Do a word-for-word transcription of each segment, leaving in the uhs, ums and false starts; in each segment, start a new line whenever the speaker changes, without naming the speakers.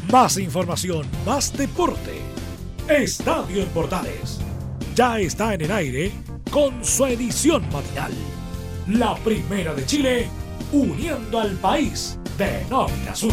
Más información, más deporte. Estadio en Portales ya está en el aire con su edición matinal. La primera de Chile, uniendo al país de norte a sur.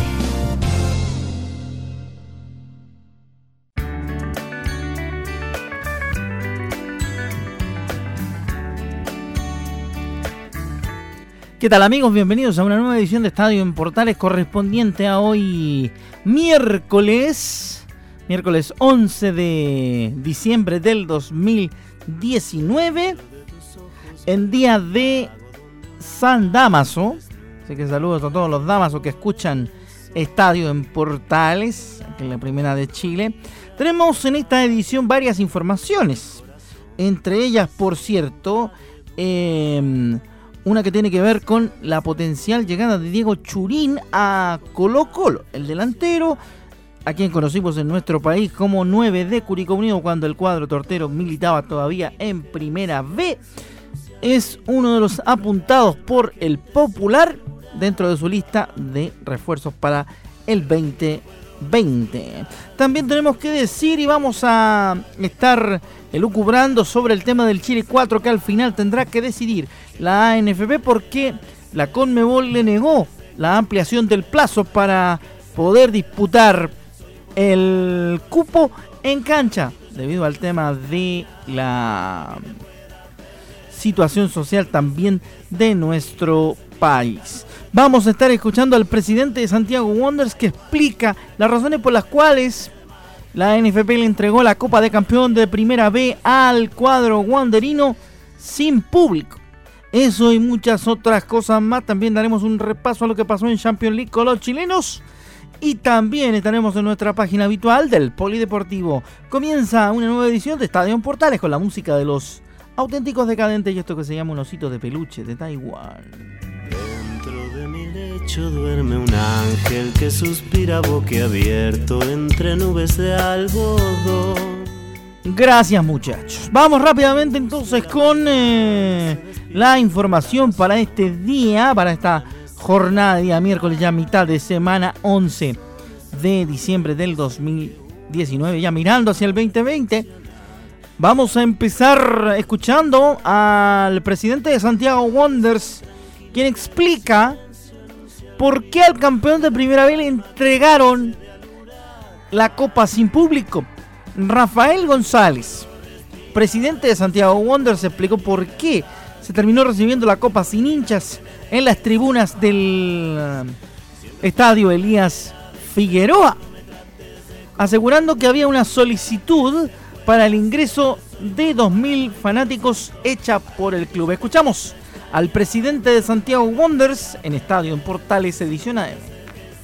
¿Qué tal, amigos? Bienvenidos a una nueva edición de Estadio en Portales correspondiente a hoy miércoles, miércoles once de diciembre del dos mil diecinueve, en día de San Dámaso. Así que saludos a todos los damasos que escuchan Estadio en Portales, aquí en la primera de Chile. Tenemos en esta edición varias informaciones, entre ellas, por cierto, eh... una que tiene que ver con la potencial llegada de Diego Churín a Colo-Colo, el delantero, a quien conocimos en nuestro país como nueve de Curicó Unido cuando el cuadro tortero militaba todavía en Primera B. Es uno de los apuntados por el Popular dentro de su lista de refuerzos para el veinte veinte. También tenemos que decir y vamos a estar elucubrando sobre el tema del Chile cuatro, que al final tendrá que decidir la A N F P porque la Conmebol le negó la ampliación del plazo para poder disputar el cupo en cancha debido al tema de la situación social también de nuestro país. Vamos a estar escuchando al presidente de Santiago Wanderers que explica las razones por las cuales la A N F P le entregó la Copa de Campeón de Primera B al cuadro wanderino sin público. Eso y muchas otras cosas más. También daremos un repaso a lo que pasó en Champions League con los chilenos. Y también estaremos en nuestra página habitual del Polideportivo. Comienza una nueva edición de Estadio en Portales con la música de los auténticos decadentes y esto que se llama un osito de peluche de Taiwán.
Dentro de mi lecho duerme un ángel que suspira boquiabierto entre nubes de algodón.
Gracias, muchachos. Vamos rápidamente entonces con eh, la información para este día, para esta jornada de día miércoles, ya mitad de semana, once de diciembre del dos mil diecinueve, ya mirando hacia el veinte veinte. Vamos a empezar escuchando al presidente de Santiago Wanderers, quien explica por qué al campeón de Primera B le entregaron la copa sin público. Rafael González, presidente de Santiago Wanderers, explicó por qué se terminó recibiendo la copa sin hinchas en las tribunas del estadio Elías Figueroa, asegurando que había una solicitud para el ingreso de dos mil fanáticos hecha por el club. Escuchamos al presidente de Santiago Wanderers en Estadio en Portales edición A M.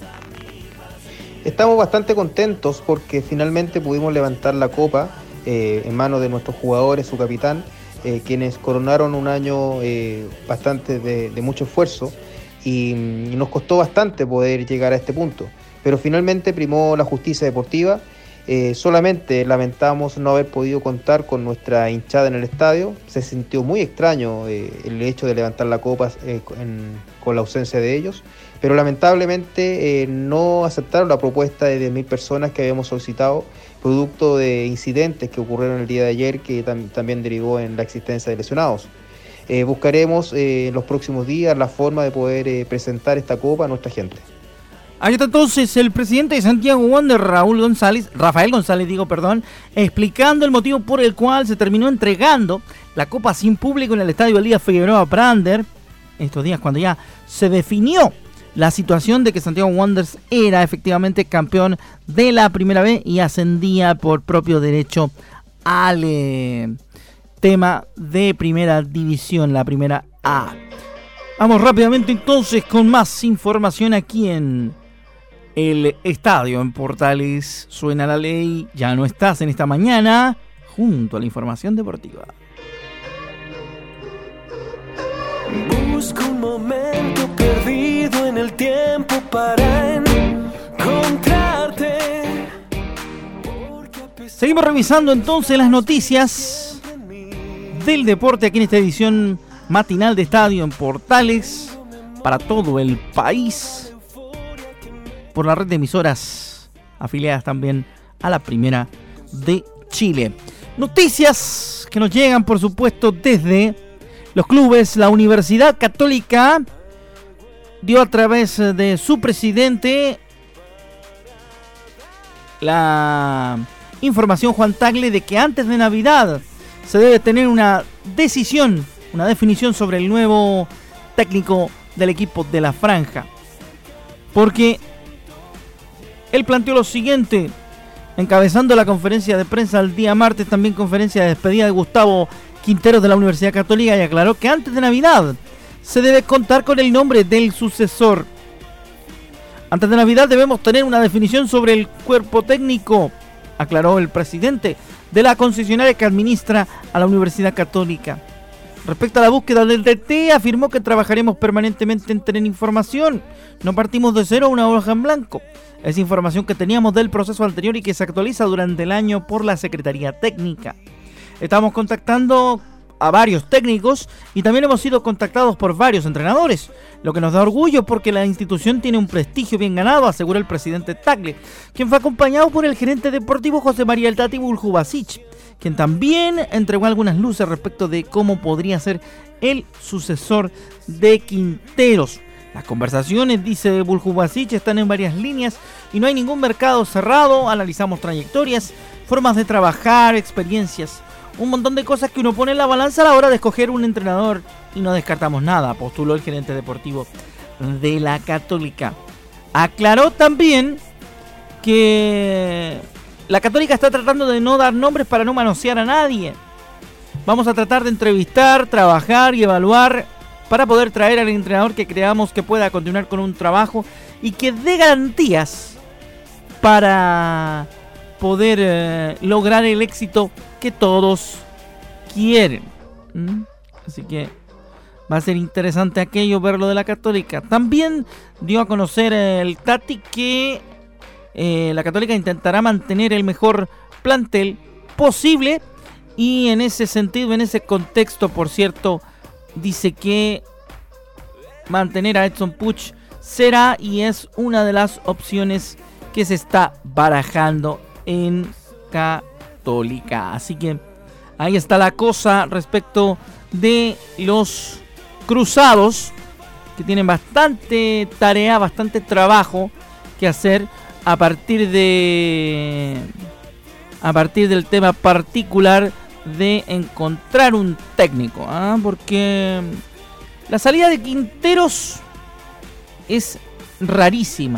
Estamos bastante contentos porque finalmente pudimos levantar la copa eh, en manos de nuestros jugadores, su capitán, eh, quienes coronaron un año eh, bastante de, de mucho esfuerzo y, y nos costó bastante poder llegar a este punto. Pero finalmente primó la justicia deportiva. Eh, solamente lamentamos no haber podido contar con nuestra hinchada en el estadio. Se sintió muy extraño eh, el hecho de levantar la copa eh, en, con la ausencia de ellos, pero lamentablemente eh, no aceptaron la propuesta de diez mil personas que habíamos solicitado, producto de incidentes que ocurrieron el día de ayer que tam- también derivó en la existencia de lesionados. Eh, buscaremos eh, en los próximos días la forma de poder eh, presentar esta copa a nuestra gente.
Ahí está entonces el presidente de Santiago Wanderers, Raúl González, Rafael González, digo, perdón, explicando el motivo por el cual se terminó entregando la copa sin público en el estadio Elías Figueroa Brander, estos días cuando ya se definió la situación de que Santiago Wanderers era efectivamente campeón de la Primera B y ascendía por propio derecho al eh, tema de Primera División, la Primera A. Vamos rápidamente entonces con más información aquí en el Estadio en Portales. Suena la ley, ya no estás en esta mañana, junto a la información deportiva.
Busco un momento perdido en el tiempo para encontrarte.
Seguimos revisando entonces las noticias del deporte aquí en esta edición matinal de Estadio en Portales para todo el país por la red de emisoras afiliadas también a la Primera de Chile. Noticias que nos llegan, por supuesto, desde los clubes. La Universidad Católica dio a través de su presidente la información, Juan Tagle, de que antes de Navidad se debe tener una decisión, una definición sobre el nuevo técnico del equipo de la Franja. Porque él planteó lo siguiente, encabezando la conferencia de prensa el día martes, también conferencia de despedida de Gustavo Quinteros de la Universidad Católica, y aclaró que antes de Navidad se debe contar con el nombre del sucesor. Antes de Navidad debemos tener una definición sobre el cuerpo técnico, aclaró el presidente de la concesionaria que administra a la Universidad Católica. Respecto a la búsqueda del D T, afirmó que trabajaremos permanentemente en tener información. No partimos de cero, una hoja en blanco. Es información que teníamos del proceso anterior y que se actualiza durante el año por la Secretaría Técnica. Estamos contactando a varios técnicos y también hemos sido contactados por varios entrenadores, lo que nos da orgullo porque la institución tiene un prestigio bien ganado, asegura el presidente Tagle, quien fue acompañado por el gerente deportivo José María El Tati Buljubasic, quien también entregó algunas luces respecto de cómo podría ser el sucesor de Quinteros. Las conversaciones, dice Buljubasic, están en varias líneas y no hay ningún mercado cerrado. Analizamos trayectorias, formas de trabajar, experiencias, un montón de cosas que uno pone en la balanza a la hora de escoger un entrenador y no descartamos nada, postuló el gerente deportivo de la Católica. Aclaró también que la Católica está tratando de no dar nombres para no manosear a nadie. Vamos a tratar de entrevistar, trabajar y evaluar para poder traer al entrenador que creamos que pueda continuar con un trabajo y que dé garantías para poder eh, lograr el éxito que todos quieren. ¿Mm? Así que va a ser interesante aquello, ver lo de la Católica. También dio a conocer el Tati que eh, la Católica intentará mantener el mejor plantel posible, y en ese sentido, en ese contexto, por cierto, dice que mantener a Edson Puch será y es una de las opciones que se está barajando en Católica. Así que ahí está la cosa respecto de los cruzados, que tienen bastante tarea, bastante trabajo que hacer a partir de a partir del tema particular de encontrar un técnico, ¿eh? Porque la salida de Quinteros es rarísima.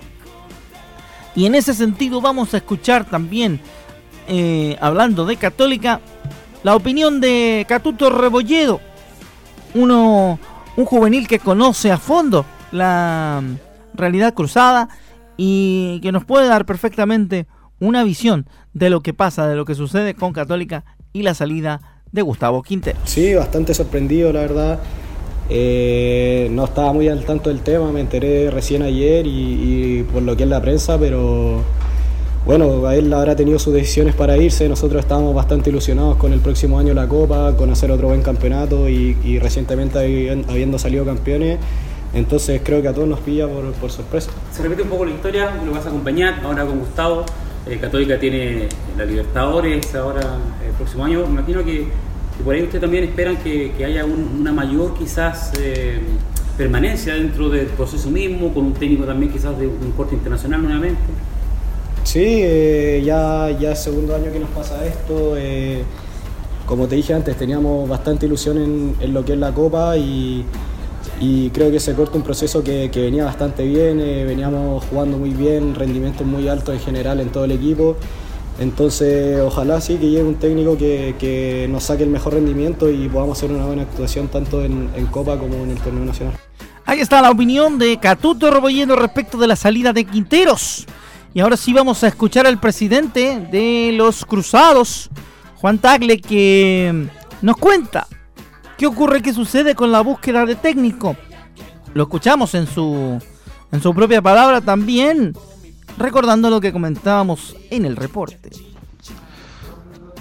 Y en ese sentido vamos a escuchar también, eh, hablando de Católica, la opinión de Catuto Rebolledo, uno, un juvenil que conoce a fondo la realidad cruzada y que nos puede dar perfectamente una visión de lo que pasa, de lo que sucede con Católica y la salida de Gustavo Quinteros.
Sí, bastante sorprendido, la verdad. Eh, no estaba muy al tanto del tema, me enteré recién ayer y, y por lo que es la prensa, pero bueno, él habrá tenido sus decisiones para irse. Nosotros estábamos bastante ilusionados con el próximo año la Copa, con hacer otro buen campeonato y, y recientemente habiendo salido campeones, entonces creo que a todos nos pilla por, por sorpresa.
Se repite un poco la historia, lo vas a acompañar ahora con Gustavo. eh, Católica tiene la Libertadores ahora el próximo año, me imagino que y por ahí ustedes también esperan que, que haya un, una mayor quizás eh, permanencia dentro del proceso mismo, con un técnico también quizás de un corte internacional nuevamente.
Sí, eh, ya, ya es segundo año que nos pasa esto. Eh, como te dije antes, teníamos bastante ilusión en, en lo que es la Copa y, y creo que se corta un proceso que, que venía bastante bien, eh, veníamos jugando muy bien, rendimientos muy altos en general en todo el equipo. Entonces, ojalá sí que llegue un técnico que, que nos saque el mejor rendimiento y podamos hacer una buena actuación tanto en, en Copa como en el torneo nacional.
Ahí está la opinión de Catuto Rebolledo respecto de la salida de Quinteros. Y ahora sí vamos a escuchar al presidente de los Cruzados, Juan Tagle, que nos cuenta qué ocurre, qué sucede con la búsqueda de técnico. Lo escuchamos en su, en su propia palabra también, recordando lo que comentábamos en el reporte.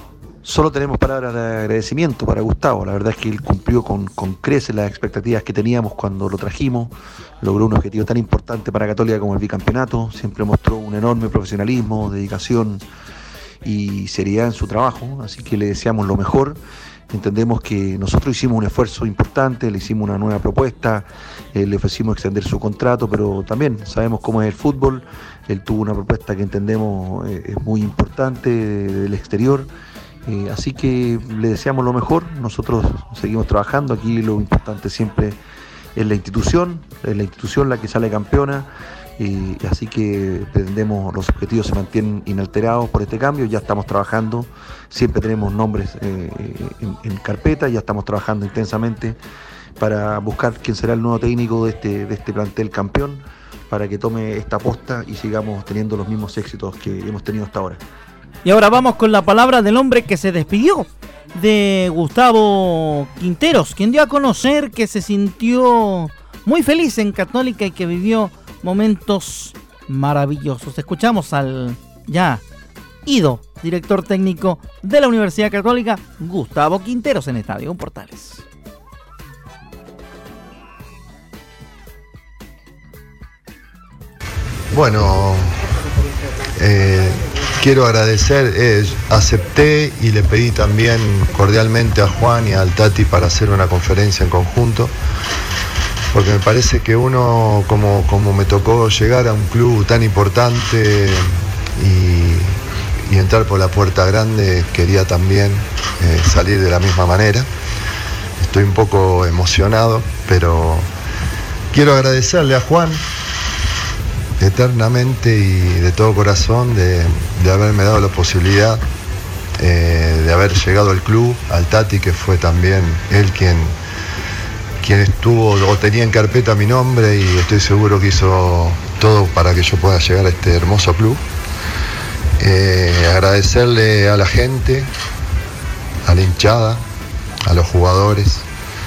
Solo tenemos palabras de agradecimiento para Gustavo. La verdad es que él cumplió con, con creces las expectativas que teníamos cuando lo trajimos. Logró un objetivo tan importante para Católica como el bicampeonato. Siempre mostró un enorme profesionalismo, dedicación y seriedad en su trabajo. Así que le deseamos lo mejor. Entendemos que nosotros hicimos un esfuerzo importante, le hicimos una nueva propuesta, eh, le ofrecimos extender su contrato, pero también sabemos cómo es el fútbol. Él tuvo una propuesta que entendemos eh, es muy importante del exterior. Eh, así que le deseamos lo mejor. Nosotros seguimos trabajando. Aquí lo importante siempre es la institución, es la institución la que sale campeona. Eh, así que pretendemos, los objetivos se mantienen inalterados por este cambio. Ya estamos trabajando, siempre tenemos nombres eh, en, en carpeta, ya estamos trabajando intensamente para buscar quién será el nuevo técnico de este, de este plantel campeón, para que tome esta posta y sigamos teniendo los mismos éxitos que hemos tenido hasta ahora.
Y ahora vamos con la palabra del hombre que se despidió de Gustavo Quinteros, quien dio a conocer que se sintió muy feliz en Católica y que vivió momentos maravillosos. Escuchamos al ya ido director técnico de la Universidad Católica, Gustavo Quinteros, en Estadio Portales.
Bueno, eh, quiero agradecer, eh, acepté y le pedí también cordialmente a Juan y al Tati para hacer una conferencia en conjunto, porque me parece que uno, como, como me tocó llegar a un club tan importante y, y entrar por la puerta grande, quería también eh, salir de la misma manera. Estoy un poco emocionado, pero quiero agradecerle a Juan eternamente y de todo corazón de, de haberme dado la posibilidad eh, de haber llegado al club, al Tati, que fue también él quien, quien estuvo o tenía en carpeta mi nombre, y estoy seguro que hizo todo para que yo pueda llegar a este hermoso club. Eh, agradecerle a la gente, a la hinchada, a los jugadores,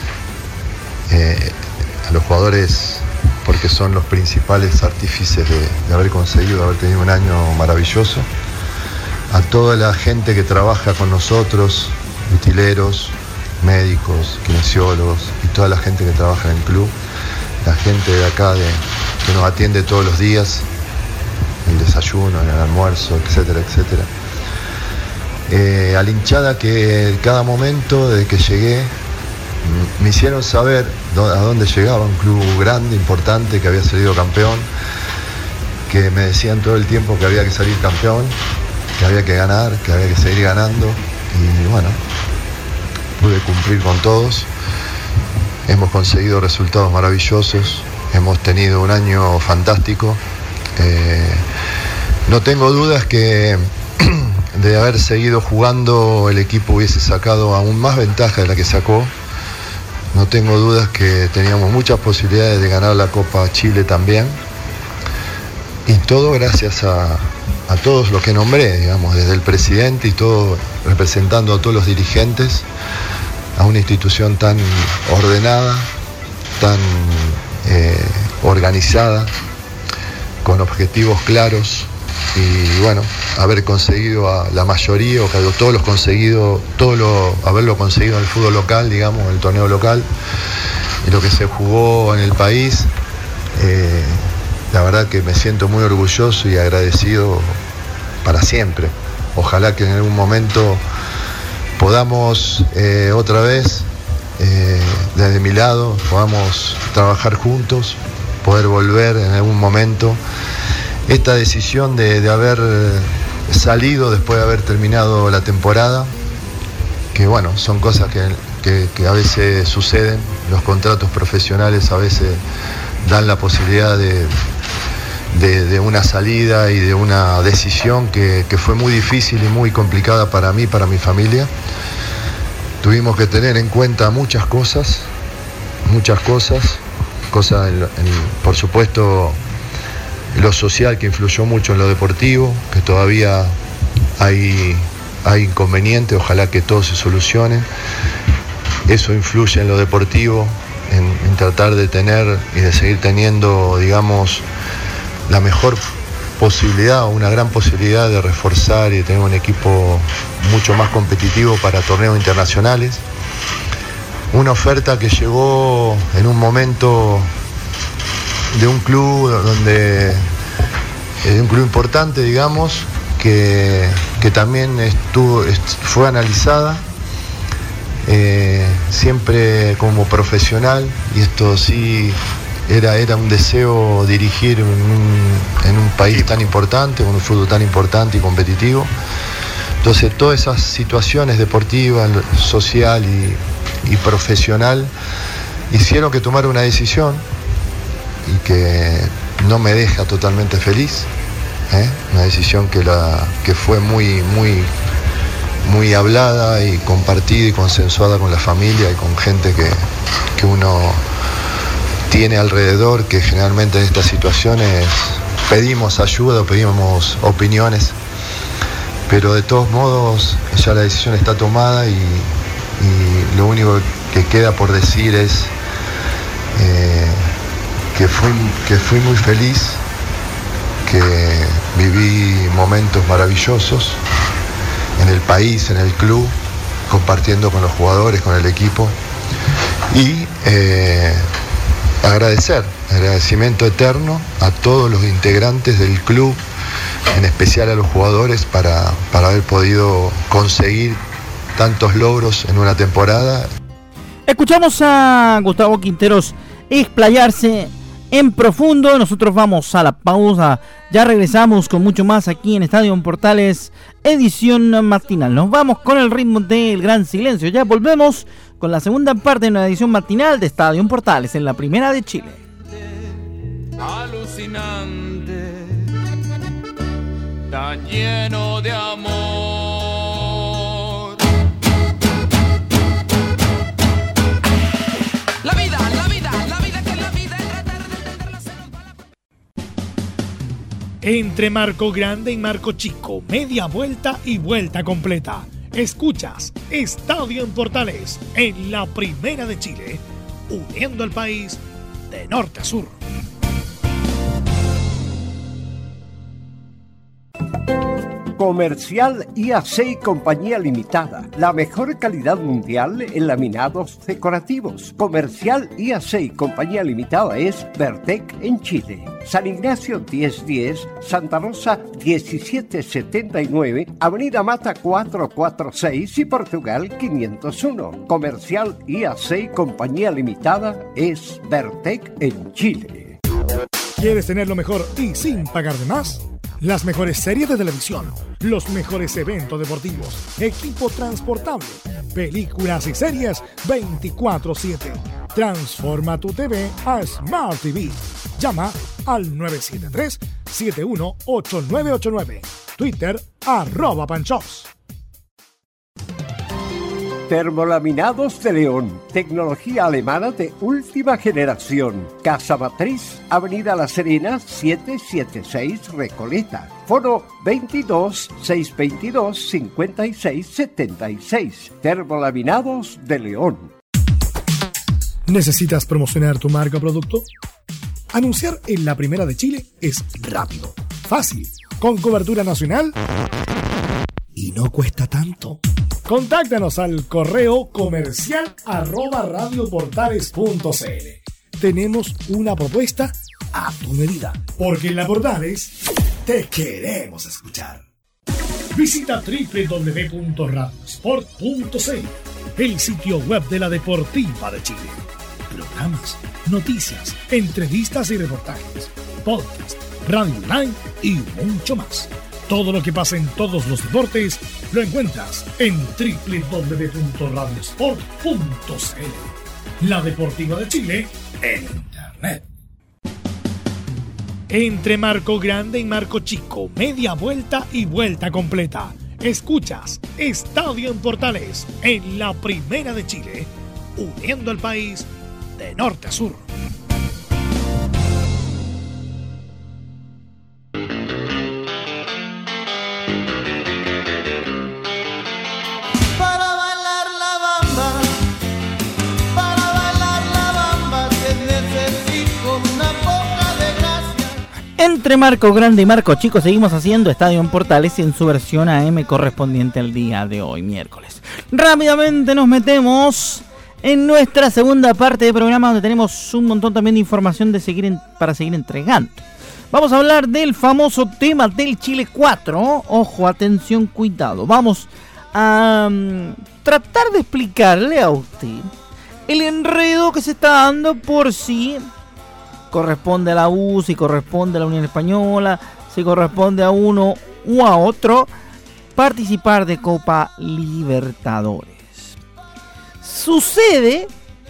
eh, a los jugadores porque son los principales artífices de, de haber conseguido, de haber tenido un año maravilloso. A toda la gente que trabaja con nosotros, utileros, médicos, kinesiólogos y toda la gente que trabaja en el club, la gente de acá de, que nos atiende todos los días, en el desayuno, en el almuerzo, etcétera, etcétera. Eh, a la hinchada que en cada momento, desde que llegué, me hicieron saber a dónde llegaba, un club grande, importante, que había salido campeón, que me decían todo el tiempo que había que salir campeón, que había que ganar, que había que seguir ganando, y bueno, pude cumplir con todos. Hemos conseguido resultados maravillosos, hemos tenido un año fantástico. Eh, no tengo dudas que de haber seguido jugando el equipo hubiese sacado aún más ventaja de la que sacó. No tengo dudas que teníamos muchas posibilidades de ganar la Copa Chile también. Y todo gracias a, a todos los que nombré, digamos, desde el presidente y todo, representando a todos los dirigentes, a una institución tan ordenada, tan eh, organizada, con objetivos claros. Y bueno, haber conseguido a la mayoría, o todos los conseguido, todo lo, haberlo conseguido en el fútbol local, digamos, en el torneo local, y lo que se jugó en el país, eh, la verdad que me siento muy orgulloso y agradecido para siempre. Ojalá que en algún momento podamos eh, otra vez, eh, desde mi lado, podamos trabajar juntos, poder volver en algún momento. Esta decisión de, de haber salido después de haber terminado la temporada, que bueno, son cosas que, que, que a veces suceden, los contratos profesionales a veces dan la posibilidad de, de, de una salida y de una decisión que, que fue muy difícil y muy complicada para mí, para mi familia. Tuvimos que tener en cuenta muchas cosas, muchas cosas, cosas en, en, por supuesto, lo social, que influyó mucho en lo deportivo, que todavía hay, hay inconvenientes, ojalá que todo se solucione. Eso influye en lo deportivo, en, en tratar de tener y de seguir teniendo, digamos, la mejor posibilidad o una gran posibilidad de reforzar y de tener un equipo mucho más competitivo para torneos internacionales. Una oferta que llegó en un momento de un club donde, de un club importante, digamos, que, que también estuvo, fue analizada, eh, siempre como profesional, y esto sí era, era un deseo dirigir en un, en un país tan importante, con un fútbol tan importante y competitivo. Entonces todas esas situaciones deportivas, social y y profesional hicieron que tomara una decisión y que no me deja totalmente feliz, ¿eh? Una decisión que, la, que fue muy, muy, muy hablada y compartida y consensuada con la familia y con gente que, que uno tiene alrededor, que generalmente en estas situaciones pedimos ayuda o pedimos opiniones, pero de todos modos ya la decisión está tomada y Y lo único que queda por decir es eh, que, fui, que fui muy feliz, que viví momentos maravillosos en el país, en el club, compartiendo con los jugadores, con el equipo, y eh, agradecer, agradecimiento eterno a todos los integrantes del club, en especial a los jugadores, para, para haber podido conseguir tantos logros en una temporada.
Escuchamos a Gustavo Quinteros explayarse en profundo. Nosotros vamos a la pausa. Ya regresamos con mucho más aquí en Estadio Portales, edición matinal. Nos vamos con el ritmo del gran silencio. Ya volvemos con la segunda parte de una edición matinal de Estadio Portales en la Primera de Chile.
Alucinante, tan lleno de amor. La vida, la vida, la vida que es la vida, es tratar de entender la salud.
Entre Marco Grande y Marco Chico, media vuelta y vuelta completa. Escuchas Estadio en Portales en la Primera de Chile, uniendo al país de norte a sur.
Comercial I A C y Compañía Limitada. La mejor calidad mundial en laminados decorativos. Comercial I A C y Compañía Limitada es Vertec en Chile. San Ignacio diez diez, Santa Rosa diecisiete setenta y nueve, Avenida Mata cuatrocientos cuarenta y seis y Portugal quinientos uno. Comercial I A C y Compañía Limitada es Vertec en Chile.
¿Quieres tener lo mejor y sin pagar de más? Las mejores series de televisión, los mejores eventos deportivos, equipo transportable, películas y series veinticuatro siete. Transforma tu T V a Smart T V. Llama al nueve siete tres, siete uno ocho nueve ocho nueve. Twitter, arroba Panchops.
Termolaminados de León, tecnología alemana de última generación. Casa Matriz, Avenida La Serena, setecientos setenta y seis, Recoleta. Foro veintidós, seiscientos veintidós, cincuenta y seis setenta y seis. Termolaminados de León.
¿Necesitas promocionar tu marca o producto? Anunciar en la Primera de Chile es rápido, fácil, con cobertura nacional y no cuesta tanto. Contáctanos al correo comercial arroba radioportales.cl. Tenemos una propuesta a tu medida, porque en la Portales te queremos escuchar. Visita doble u doble u doble u punto radiosport punto c l, el sitio web de la Deportiva de Chile. Programas, noticias, entrevistas y reportajes, podcast, radio online y mucho más. Todo lo que pasa en todos los deportes lo encuentras en doble u doble u doble u punto radiosport punto c l. La Deportiva de Chile en Internet. Entre Marco Grande y Marco Chico, media vuelta y vuelta completa. Escuchas Estadio en Portales en la Primera de Chile, uniendo al país de norte a sur.
Entre Marco Grande y Marco Chico seguimos haciendo Estadio en Portales en su versión A M correspondiente al día de hoy, miércoles. Rápidamente nos metemos en nuestra segunda parte de programa, donde tenemos un montón también de información de seguir en, para seguir entregando. Vamos a hablar del famoso tema del Chile cuatro. Ojo, atención, cuidado. Vamos a um, tratar de explicarle a usted el enredo que se está dando por si corresponde a la U, si corresponde a la Unión Española, si corresponde a uno u a otro participar de Copa Libertadores. Sucede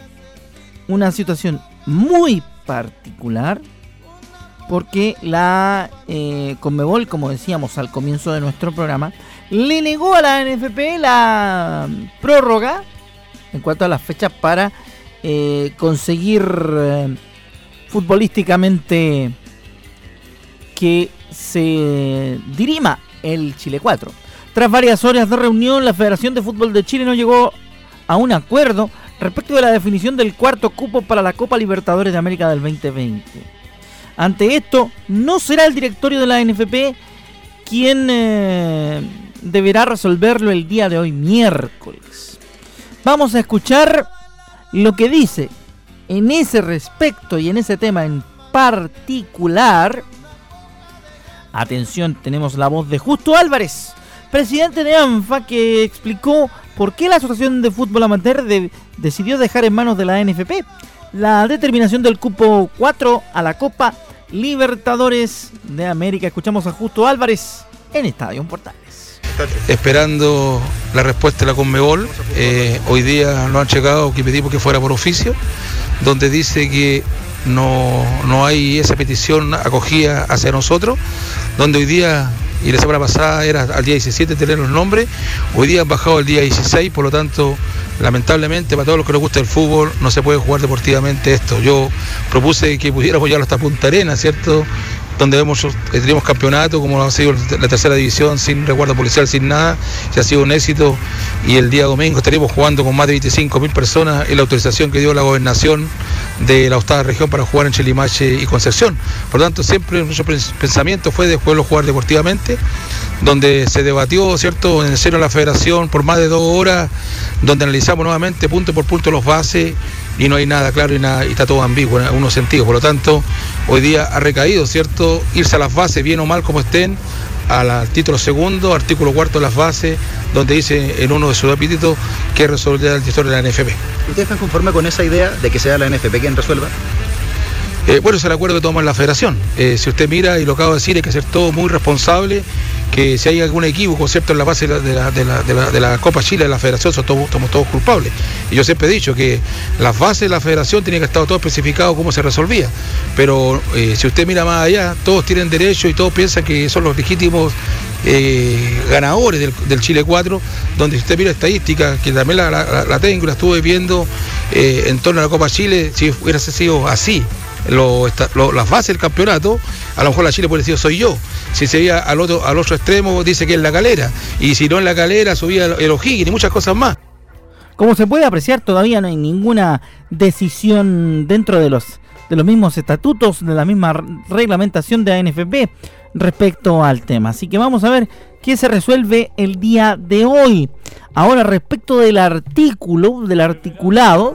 una situación muy particular porque la eh, Conmebol, como decíamos al comienzo de nuestro programa, le negó a la N F P la prórroga en cuanto a las fechas para eh, conseguir eh, futbolísticamente que se dirima el Chile cuatro. Tras varias horas de reunión, la Federación de Fútbol de Chile no llegó a un acuerdo respecto de la definición del cuarto cupo para la Copa Libertadores de América del veinte veinte. Ante esto, no será el directorio de la N F P quien eh, deberá resolverlo el día de hoy, miércoles. Vamos a escuchar lo que dice en ese respecto y en ese tema en particular. Atención, tenemos la voz de Justo Álvarez, presidente de ANFA, que explicó por qué la Asociación de Fútbol Amateur de, decidió dejar en manos de la N F P la determinación del cupo cuatro a la Copa Libertadores de América. Escuchamos a Justo Álvarez en Estadio Portales.
Esperando la respuesta de la Conmebol, eh, hoy día nos han llegado que pedimos que fuera por oficio, donde dice que no, no hay esa petición acogida hacia nosotros, donde hoy día, y la semana pasada era al día diecisiete tener los nombres, hoy día han bajado el día dieciséis, por lo tanto, lamentablemente para todos los que nos gusta el fútbol no se puede jugar deportivamente esto. Yo propuse que pudiéramos llevarlo hasta Punta Arenas, ¿cierto?, donde vemos, teníamos campeonato, como ha sido la tercera división, sin resguardo policial, sin nada, y ha sido un éxito, y el día domingo estaríamos jugando con más de veinticinco mil personas en la autorización que dio la gobernación de la octava región para jugar en Chilimache y Concepción. Por lo tanto, siempre nuestro pensamiento fue de poderlo jugar deportivamente, donde se debatió, ¿cierto?, en el seno de la federación por más de dos horas, donde analizamos nuevamente punto por punto los bases, y no hay nada claro y, nada, y está todo ambiguo en algunos sentidos. Por lo tanto, hoy día ha recaído, ¿cierto?, irse a las bases, bien o mal como estén, al título segundo, artículo cuarto de las bases, donde dice en uno de sus apetitos que resolverá el director de la N F P.
¿Ustedes están conformes con esa idea de que sea la N F P quien resuelva?
Eh, bueno, es el acuerdo que toma la federación. Eh, si usted mira, y lo acabo de decir, hay que ser todo muy responsable, que si hay algún equívoco, ¿cierto?, en la base de la, de la, de la, de la, de la Copa Chile, de la federación, somos todos, somos todos culpables. Y yo siempre he dicho que las bases de la federación tienen que estar todo especificado cómo se resolvía. Pero eh, si usted mira más allá, todos tienen derecho y todos piensan que son los legítimos eh, ganadores del, del Chile cuatro, donde si usted mira estadísticas, que también la, la, la tengo y la estuve viendo eh, en torno a la Copa Chile, si hubiera sido así, Lo, lo, las bases del campeonato, a lo mejor la Chile puede decir soy yo. Si se iba al otro, al otro extremo, dice que es la Calera, y si no en la Calera subía el O'Higgins y muchas cosas más.
Como se puede apreciar, todavía no hay ninguna decisión dentro de los de los mismos estatutos, de la misma reglamentación de la N F P respecto al tema. Así que vamos a ver qué se resuelve el día de hoy. Ahora, respecto del artículo, del articulado,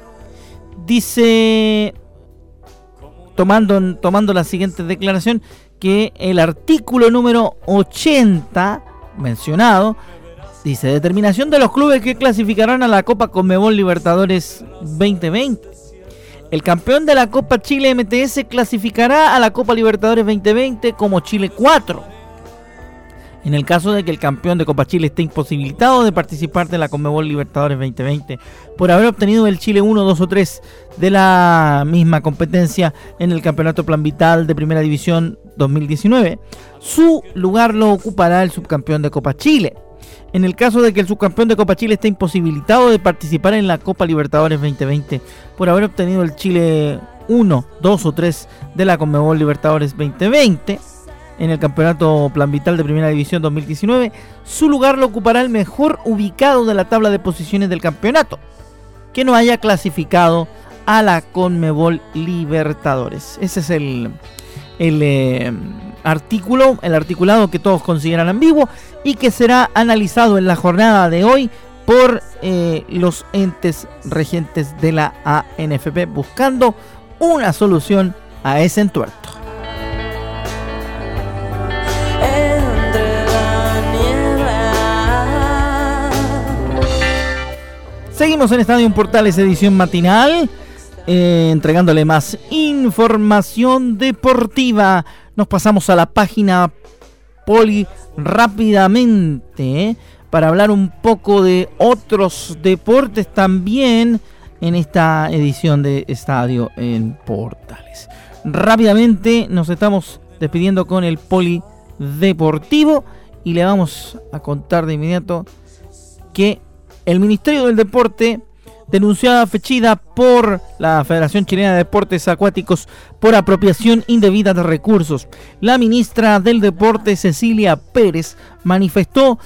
dice, tomando, tomando la siguiente declaración, que el artículo número ochenta mencionado dice: determinación de los clubes que clasificarán a la Copa Conmebol Libertadores veinte veinte. El campeón de la Copa Chile M T S clasificará a la Copa Libertadores veinte veinte como Chile cuatro. En el caso de que el campeón de Copa Chile esté imposibilitado de participar de la Conmebol Libertadores veinte veinte por haber obtenido el Chile uno, dos o tres de la misma competencia en el Campeonato Plan Vital de Primera División dos mil diecinueve, su lugar lo ocupará el subcampeón de Copa Chile. En el caso de que el subcampeón de Copa Chile esté imposibilitado de participar en la Copa Libertadores veinte veinte por haber obtenido el Chile uno, dos o tres de la Conmebol Libertadores veinte veinte, en el Campeonato Plan Vital de Primera División dos mil diecinueve, su lugar lo ocupará el mejor ubicado de la tabla de posiciones del campeonato, que no haya clasificado a la Conmebol Libertadores. Ese es el, el eh, artículo, el articulado que todos consideran ambiguo y que será analizado en la jornada de hoy por eh, los entes regentes de la A N F P, buscando una solución a ese entuerto. Seguimos en Estadio Portales, edición matinal, eh, entregándole más información deportiva. Nos pasamos a la página Poli rápidamente, eh, para hablar un poco de otros deportes también en esta edición de Estadio en Portales. Rápidamente nos estamos despidiendo con el Polideportivo y le vamos a contar de inmediato que el Ministerio del Deporte denunció a Fechida por la Federación Chilena de Deportes Acuáticos por apropiación indebida de recursos. La ministra del Deporte, Cecilia Pérez, manifestó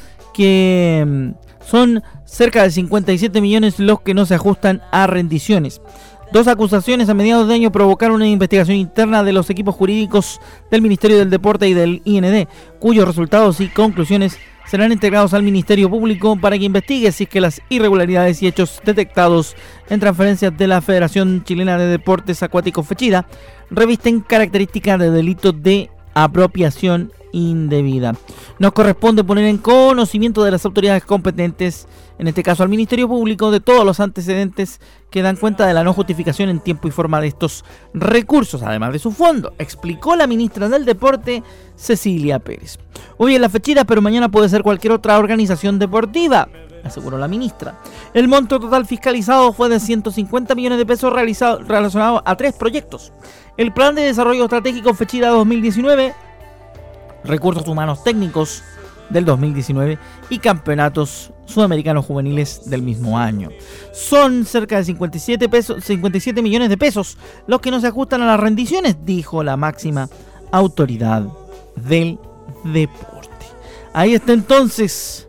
que son cerca de cincuenta y siete millones los que no se ajustan a rendiciones. Dos acusaciones a mediados de año provocaron una investigación interna de los equipos jurídicos del Ministerio del Deporte y del I N D, cuyos resultados y conclusiones serán integrados al Ministerio Público para que investigue si es que las irregularidades y hechos detectados en transferencias de la Federación Chilena de Deportes Acuáticos Fechida revisten características de delito de apropiación indebida. Nos corresponde poner en conocimiento de las autoridades competentes, en este caso al Ministerio Público, de todos los antecedentes que dan cuenta de la no justificación en tiempo y forma de estos recursos, además de su fondo, explicó la ministra del Deporte, Cecilia Pérez. Hoy es la Fechida, pero mañana puede ser cualquier otra organización deportiva, aseguró la ministra. El monto total fiscalizado fue de ciento cincuenta millones de pesos realizado, relacionados a tres proyectos: el Plan de Desarrollo Estratégico Fechida dos mil diecinueve, Recursos Humanos Técnicos del dos mil diecinueve y Campeonatos Sudamericanos Juveniles del mismo año. Son cerca de cincuenta y siete, pesos, cincuenta y siete millones de pesos los que no se ajustan a las rendiciones, dijo la máxima autoridad del deporte. Ahí está entonces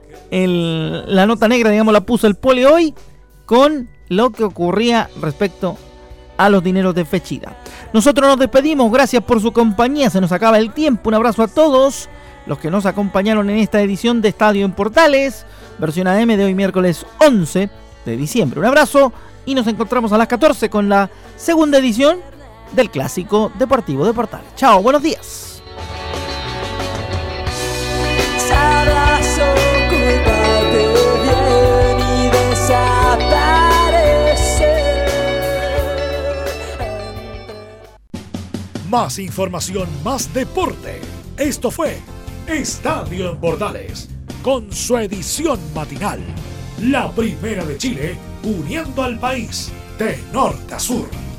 el, la nota negra, digamos, la puso el Poli hoy con lo que ocurría respecto a los dineros de Fechida. Nosotros nos despedimos, gracias por su compañía, se nos acaba el tiempo. Un abrazo a todos los que nos acompañaron en esta edición de Estadio en Portales, versión A M de hoy miércoles once de diciembre. Un abrazo y nos encontramos a las catorce con la segunda edición del Clásico Deportivo de Portales. Chao, buenos días.
Abrazo, cuídate bien y desaparece.
Más información, más deporte. Esto fue Estadio en Portales, con su edición matinal. La primera de Chile, uniendo al país de norte a sur.